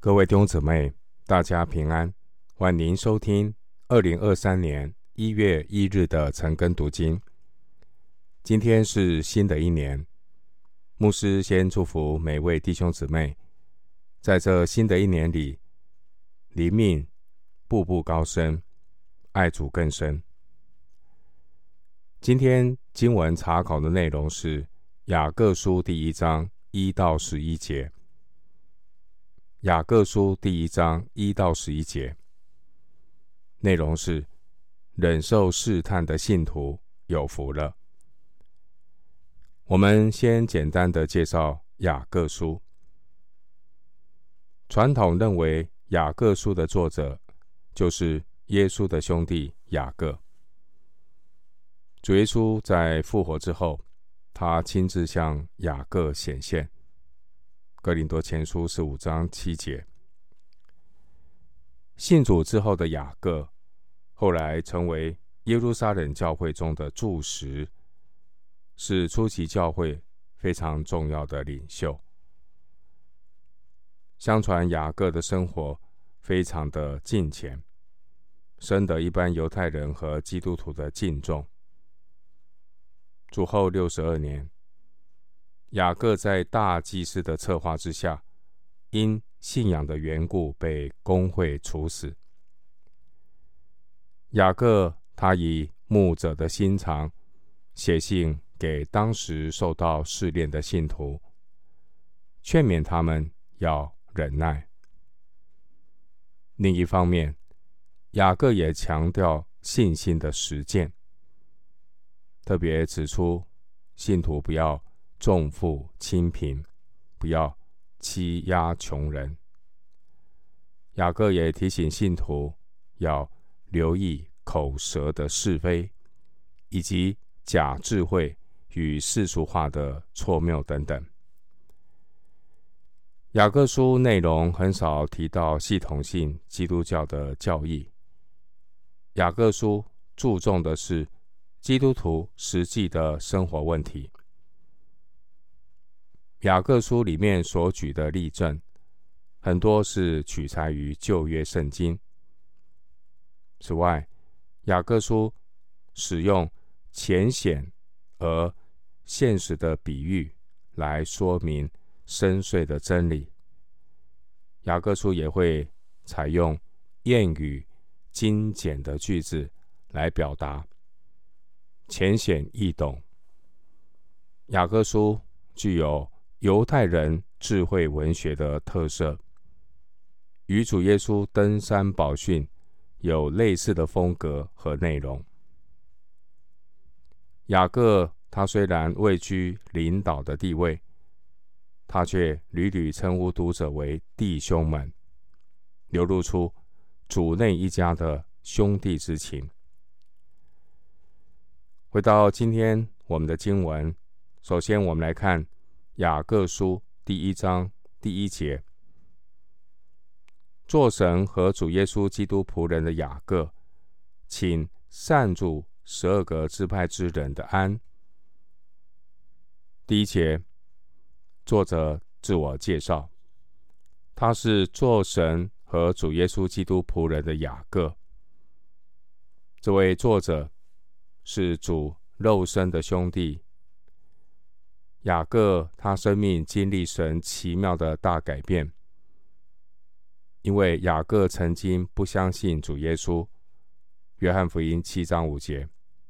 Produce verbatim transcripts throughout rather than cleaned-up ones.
各位弟兄姊妹，大家平安，欢迎收听二零二三年一月一日的晨更读经。今天是新的一年，牧师先祝福每位弟兄姊妹，在这新的一年里，灵命步步高升，爱主更深。今天经文查考的内容是雅各书第一章一到十一节。雅各书第一章一到十一节，内容是忍受试探的信徒有福了。我们先简单的介绍雅各书。传统认为雅各书的作者就是耶稣的兄弟雅各。主耶稣在复活之后，他亲自向雅各显现。哥林多前书十五章七节。信主之后的雅各，后来成为耶路撒冷教会中的柱石，是初期教会非常重要的领袖。相传雅各的生活非常的敬虔，深得一般犹太人和基督徒的敬重。主后六十二年，雅各在大祭司的策划之下，因信仰的缘故被公会处死。雅各他以牧者的心肠写信给当时受到试炼的信徒，劝勉他们要忍耐。另一方面，雅各也强调信心的实践，特别指出信徒不要重富轻贫，不要欺压穷人。雅各也提醒信徒要留意口舌的是非，以及假智慧与世俗化的错谬等等。雅各书内容很少提到系统性基督教的教义，雅各书注重的是基督徒实际的生活问题。雅各书里面所举的例证，很多是取材于旧约圣经。此外，雅各书使用浅显而现实的比喻来说明深邃的真理。雅各书也会采用谚语、精简的句子来表达，浅显易懂。雅各书具有犹太人智慧文学的特色，与主耶稣登山宝训有类似的风格和内容。雅各他虽然位居领导的地位，他却屡屡称呼读者为弟兄们，流露出主内一家的兄弟之情。回到今天我们的经文，首先我们来看雅各书第一章第一节。做神和主耶稣基督仆人的雅各，请善主十二个支派之人的安。第一节，作者自我介绍，他是做神和主耶稣基督仆人的雅各。这位作者是主肉身的兄弟雅各，他生命经历神奇妙的大改变，因为雅各曾经不相信主耶稣。约翰福音七章五节。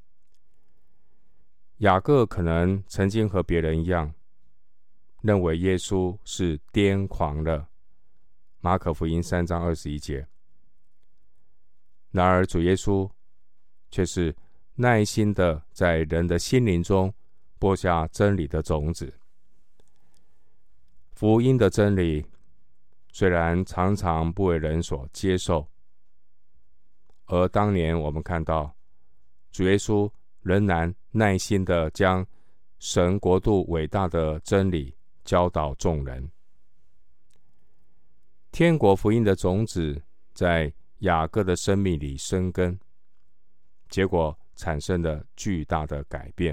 雅各可能曾经和别人一样，认为耶稣是癫狂了。马可福音三章二十一节。然而主耶稣却是耐心的在人的心灵中播下真理的种子。福音的真理虽然常常不为人所接受，而当年我们看到主耶稣仍然耐心的将神国度伟大的真理教导众人。天国福音的种子在雅各的生命里生根，结果产生了巨大的改变。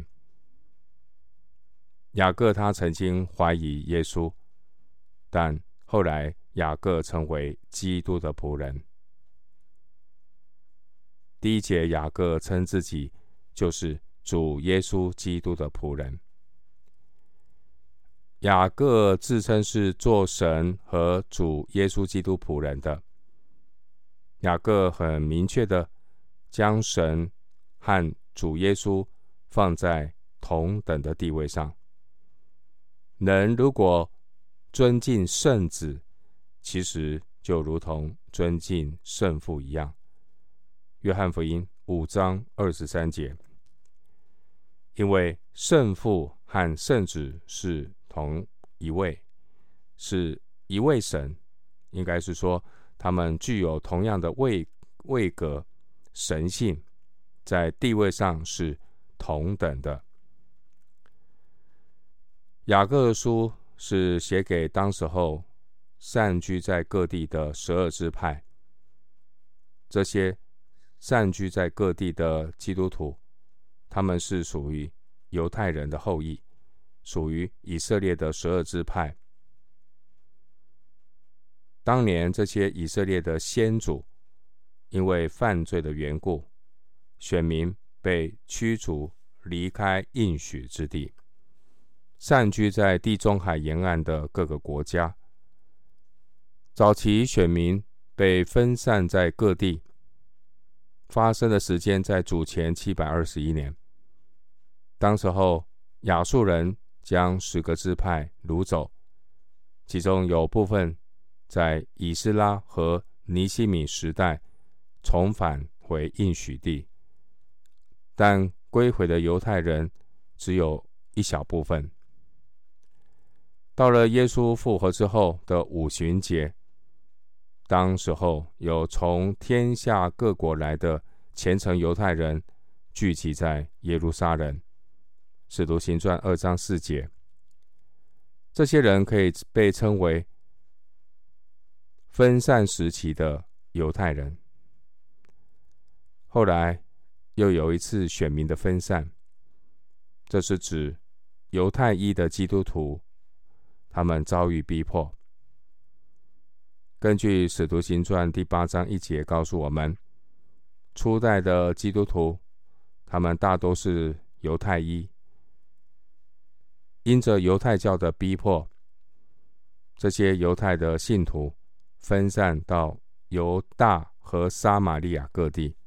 雅各他曾经怀疑耶稣，但后来雅各成为基督的仆人。第一节，雅各称自己就是主耶稣基督的仆人。雅各自称是做神和主耶稣基督仆人的。雅各很明确的将神和主耶稣放在同等的地位上。人如果尊敬圣子，其实就如同尊敬圣父一样。约翰福音五章二十三节，因为圣父和圣子是同一位，是一位神，应该是说他们具有同样的位位格神性，在地位上是同等的。雅各书是写给当时候散居在各地的十二支派，这些散居在各地的基督徒，他们是属于犹太人的后裔，属于以色列的十二支派。当年这些以色列的先祖因为犯罪的缘故，选民被驱逐离开应许之地，散居在地中海沿岸的各个国家。早期选民被分散在各地，发生的时间在主前七百二十一年。当时候亚述人将十个支派掳走，其中有部分在以斯拉和尼希米时代重返回应许地，但归回的犹太人只有一小部分。到了耶稣复活之后的五旬节，当时候有从天下各国来的虔诚犹太人聚集在耶路撒冷，使徒行传二章四节。这些人可以被称为分散时期的犹太人。后来又有一次选民的分散，这是指犹太裔的基督徒，他们遭遇逼迫。根据使徒行传第八章一节告诉我们，初代的基督徒，他们大都是犹太裔，因着犹太教的逼迫，这些犹太的信徒分散到犹大和撒玛利亚各地。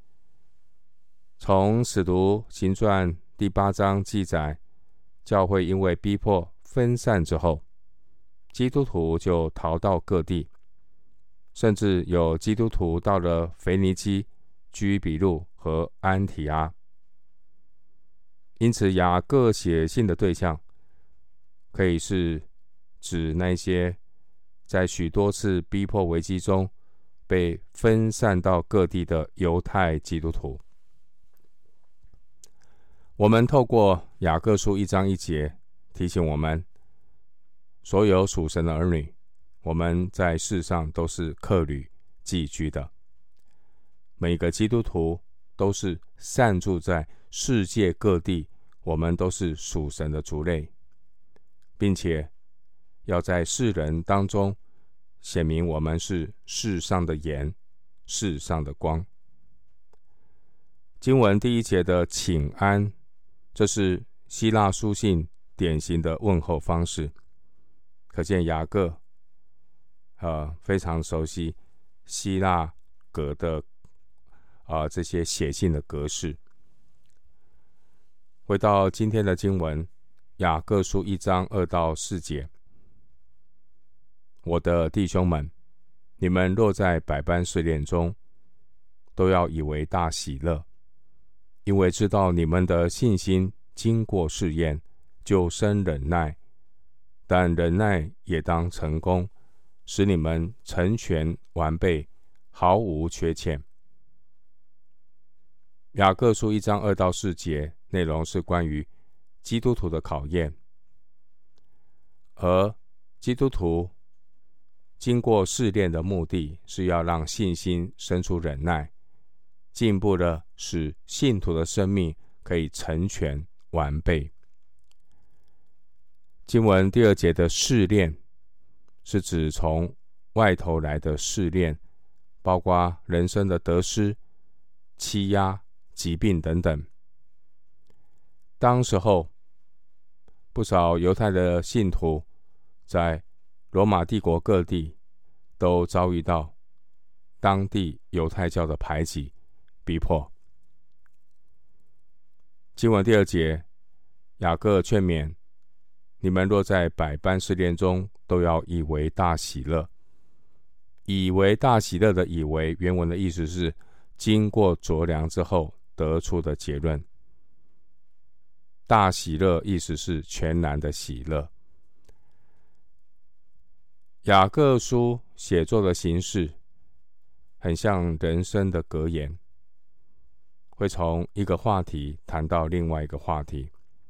从使徒行传第八章记载，教会因为逼迫分散之后，基督徒就逃到各地，甚至有基督徒到了腓尼基、居比路和安提阿。因此雅各写信的对象可以是指那些在许多次逼迫危机中被分散到各地的犹太基督徒。我们透过雅各书一章一节提醒我们，所有属神的儿女，我们在世上都是客旅寄居的。每个基督徒都是散住在世界各地，我们都是属神的族类，并且要在世人当中显明我们是世上的盐，世上的光。经文第一节的请安，这是希腊书信典型的问候方式，可见雅各呃非常熟悉希腊格的呃这些写信的格式。回到今天的经文，雅各书一章二到四节，我的弟兄们，你们若在百般试炼中，都要以为大喜乐，因为知道你们的信心经过试验，就生忍耐。但忍耐也当成功，使你们成全完备，毫无缺欠。雅各书一章二到四节内容是关于基督徒的考验，而基督徒经过试炼的目的是要让信心生出忍耐，进一步的使信徒的生命可以成全完备。经文第二节的试炼是指从外头来的试炼，包括人生的得失、欺压、疾病等等。当时候，不少犹太的信徒在罗马帝国各地都遭遇到当地犹太教的排挤、逼迫。经文第二节，雅各劝勉你们若在百般试炼中，都要以为大喜乐。以为大喜乐的以为，原文的意思是经过酌量之后得出的结论。大喜乐意思是全然的喜乐。雅各书写作的形式很像人生的格言，会从一个话题谈到另外一个话题。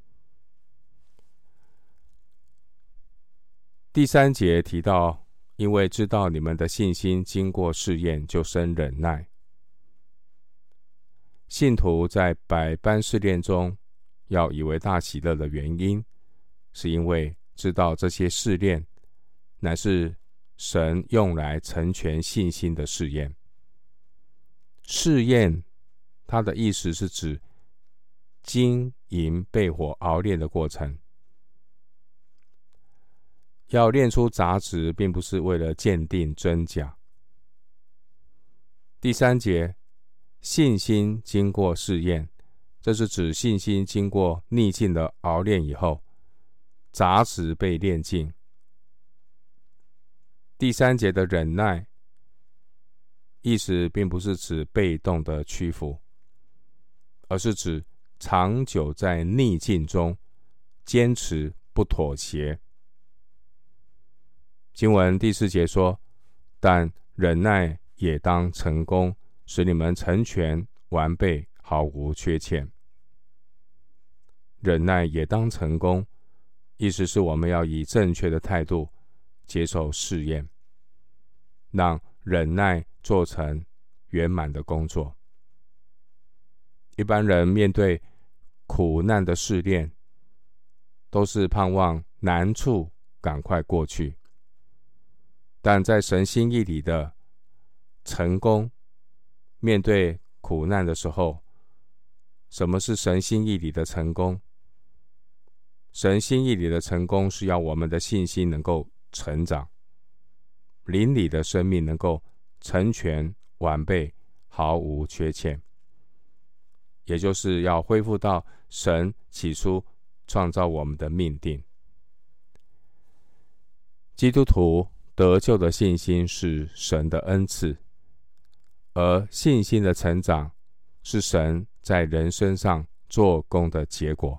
第三节提到，因为知道你们的信心经过试验，就生忍耐。信徒在百般试炼中要以为大喜乐的原因，是因为知道这些试炼乃是神用来成全信心的试验。试验它的意思是指金银被火熬炼的过程。要炼出杂质，并不是为了鉴定真假。第三节，信心经过试验，这是指信心经过逆境的熬炼以后，杂质被炼尽。第三节的忍耐，意思并不是指被动的屈服，而是指长久在逆境中坚持不妥协。经文第四节说，但忍耐也当成功，使你们成全完备，毫无缺欠。忍耐也当成功，意思是我们要以正确的态度接受试验，让忍耐做成圆满的工作。一般人面对苦难的试炼，都是盼望难处赶快过去，但在神心意里的成功，面对苦难的时候，什么是神心意里的成功？神心意里的成功是要我们的信心能够成长，灵里的生命能够成全完备，毫无缺欠，也就是要恢复到神起初创造我们的命定。基督徒得救的信心是神的恩赐，而信心的成长是神在人身上做工的结果。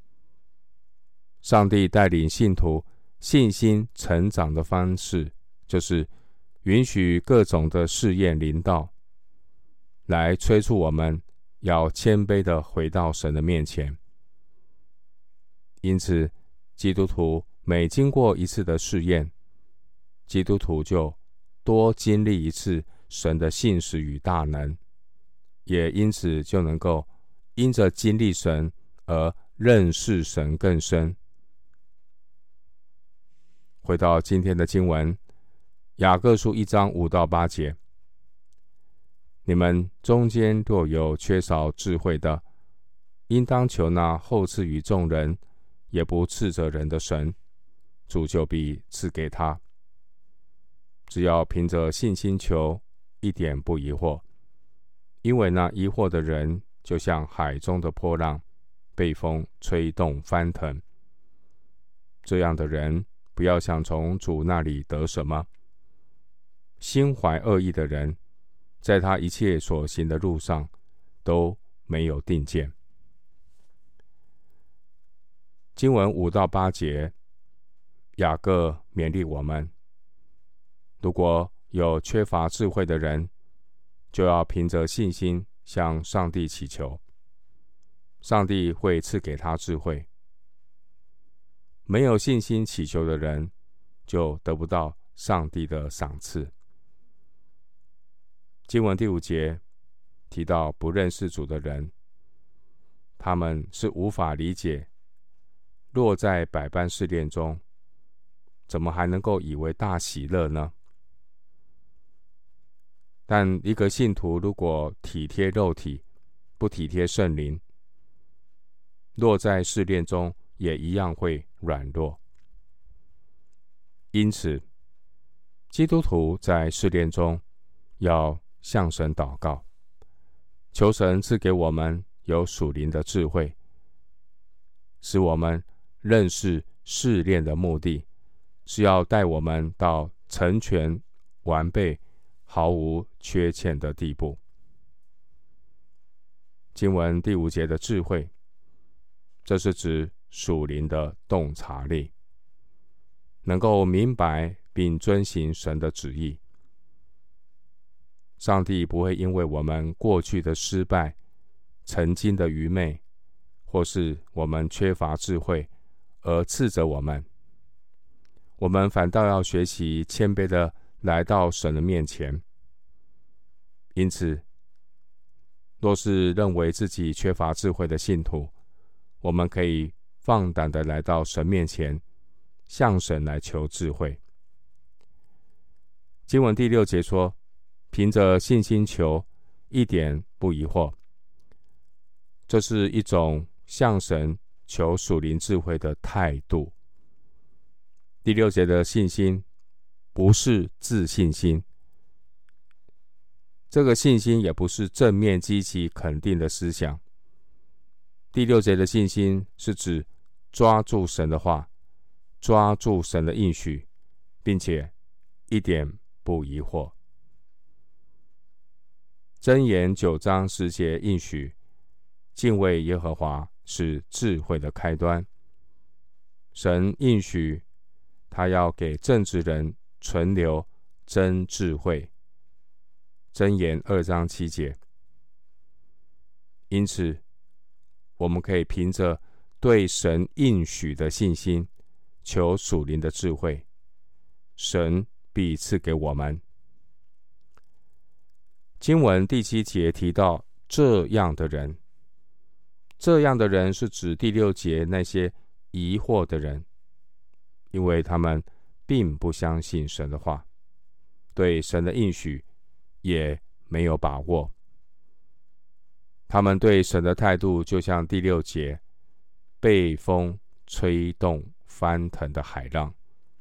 上帝带领信徒信心成长的方式，就是允许各种的试验临到，来催促我们要谦卑地回到神的面前。因此，基督徒每经过一次的试验，基督徒就多经历一次神的信实与大能，也因此就能够因着经历神而认识神更深。回到今天的经文，雅各书一章五到八节，你们中间若有缺少智慧的，应当求那厚赐于众人，也不斥责人的神，主就必赐给他。只要凭着信心求，一点不疑惑，因为那疑惑的人，就像海中的波浪，被风吹动翻腾。这样的人，不要想从主那里得什么。心怀恶意的人，在他一切所行的路上都没有定见。经文五到八节，雅各勉励我们，如果有缺乏智慧的人，就要凭着信心向上帝祈求，上帝会赐给他智慧。没有信心祈求的人，就得不到上帝的赏赐。经文第五节提到不认识主的人，他们是无法理解，落在百般试炼中，怎么还能够以为大喜乐呢？ 但一个信徒如果体贴肉体，不体贴圣灵，落在试炼中也一样会软弱。因此，基督徒在试炼中要向神祷告，求神赐给我们有属灵的智慧，使我们认识试炼的目的是要带我们到成全完备毫无缺欠的地步。经文第五节的智慧，这是指属灵的洞察力，能够明白并遵行神的旨意。上帝不会因为我们过去的失败、曾经的愚昧，或是我们缺乏智慧而斥责我们，我们反倒要学习谦卑的来到神的面前。因此，若是认为自己缺乏智慧的信徒，我们可以放胆的来到神面前，向神来求智慧。经文第六节说，凭着信心求，一点不疑惑。这是一种向神求属灵智慧的态度。第六节的信心不是自信心，这个信心也不是正面积极肯定的思想。第六节的信心是指抓住神的话，抓住神的应许，并且一点不疑惑。箴言九章十节应许，敬畏耶和华是智慧的开端。神应许他要给正直人存留真智慧。箴言二章七节。因此，我们可以凭着对神应许的信心，求属灵的智慧，神必赐给我们。经文第七节提到这样的人，这样的人是指第六节那些疑惑的人，因为他们并不相信神的话，对神的应许也没有把握。他们对神的态度就像第六节被风吹动翻腾的海浪。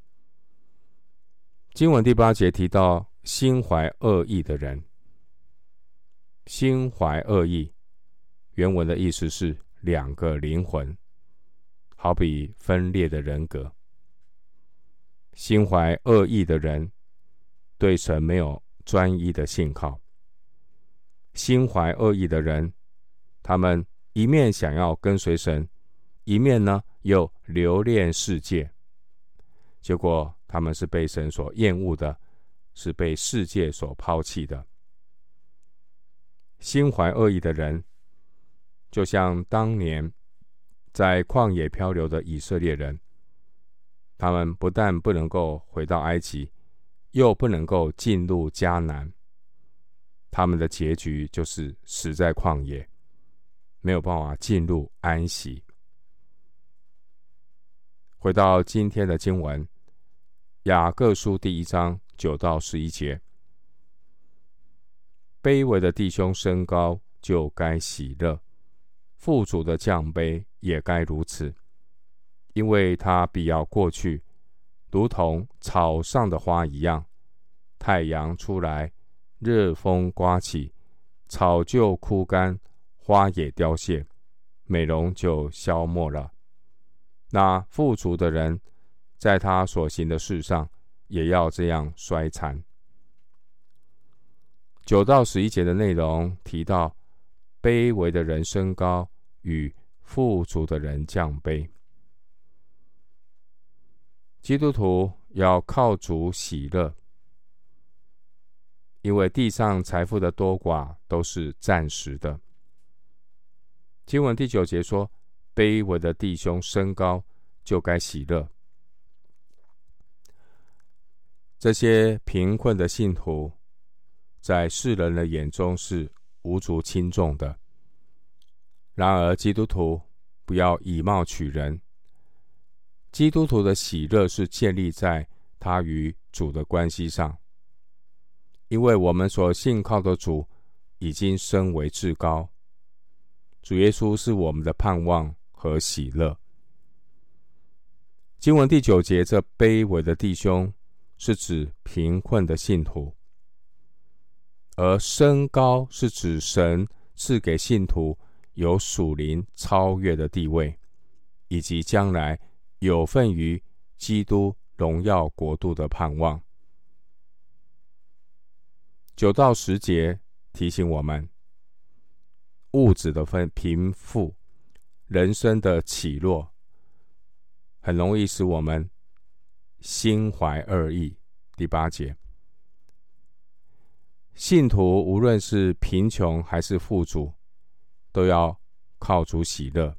经文第八节提到心怀恶意的人，心怀恶意原文的意思是两个灵魂，好比分裂的人格。心怀恶意的人对神没有专一的信靠。心怀恶意的人，他们一面想要跟随神，一面呢又留恋世界，结果他们是被神所厌恶的，是被世界所抛弃的。心怀恶意的人，就像当年在旷野漂流的以色列人，他们不但不能够回到埃及，又不能够进入迦南，他们的结局就是死在旷野，没有办法进入安息。回到今天的经文，雅各书第一章九到十一节，卑微的弟兄升高就该喜乐，富足的降卑也该如此，因为他必要过去，如同草上的花一样。太阳出来，热风刮起，草就枯干，花也凋谢，美容就消没了。那富足的人，在他所行的事上，也要这样衰残。九到十一节的内容提到，卑微的人升高，与富足的人降卑。基督徒要靠主喜乐，因为地上财富的多寡都是暂时的。经文第九节说，卑微的弟兄升高就该喜乐。这些贫困的信徒，在世人的眼中是无足轻重的。然而基督徒不要以貌取人，基督徒的喜乐是建立在他与主的关系上。 因为我们所信靠的主已经升为至高，主耶稣是我们的盼望和喜乐。经文第九节，这卑微的弟兄是指贫困的信徒，而升高是指神赐给信徒有属灵超越的地位，以及将来有份于基督荣耀国度的盼望。九到十节提醒我们，物质的分贫富，人生的起落，很容易使我们心怀二意。第八节，信徒无论是贫穷还是富足，都要靠主喜乐。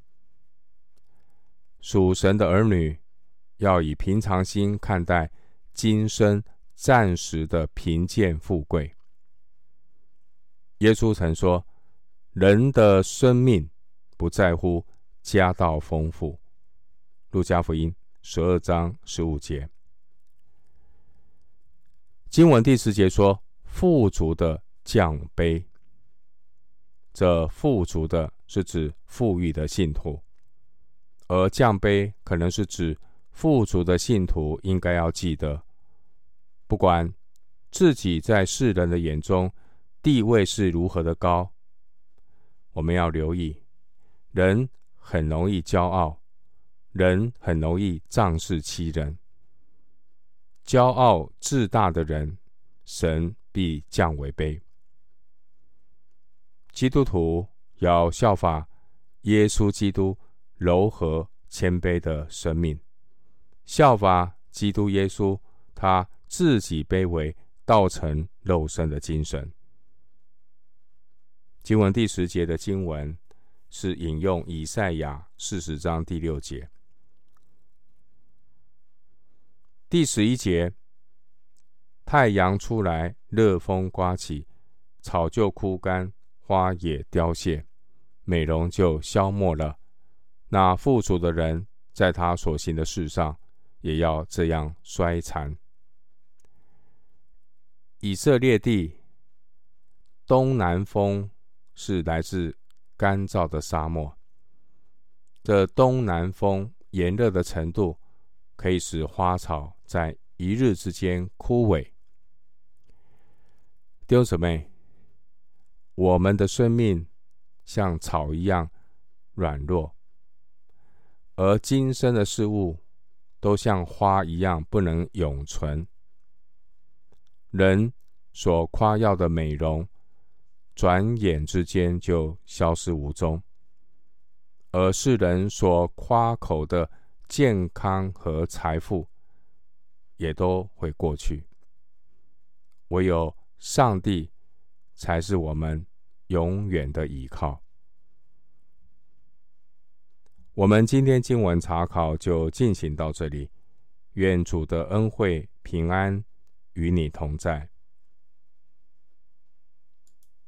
属神的儿女要以平常心看待今生暂时的贫贱富贵。耶稣曾说，人的生命不在乎家道丰富。路加福音十二章十五节。经文第十节说，富足的降卑。这富足的是指富裕的信徒，而降卑可能是指富足的信徒应该要记得，不管自己在世人的眼中地位是如何的高，我们要留意，人很容易骄傲，人很容易仗势欺人。骄傲自大的人，神必降为卑。基督徒要效法耶稣基督柔和谦卑的生命，效法基督耶稣他自己卑微道成肉身的精神。经文第十节的经文是引用以赛亚四十章第六节。第十一节，太阳出来，热风刮起，草就枯干，花也凋谢，美容就消没了。那富足的人在他所行的事上也要这样衰残。以色列地东南风是来自干燥的沙漠，这东南风炎热的程度可以使花草在一日之间枯萎。弟兄姊妹，我们的生命像草一样软弱，而今生的事物都像花一样不能永存。人所夸耀的美容，转眼之间就消失无踪，而世人所夸口的健康和财富也都会过去，唯有上帝才是我们永远的依靠。我们今天经文查考就进行到这里，愿主的恩惠平安与你同在。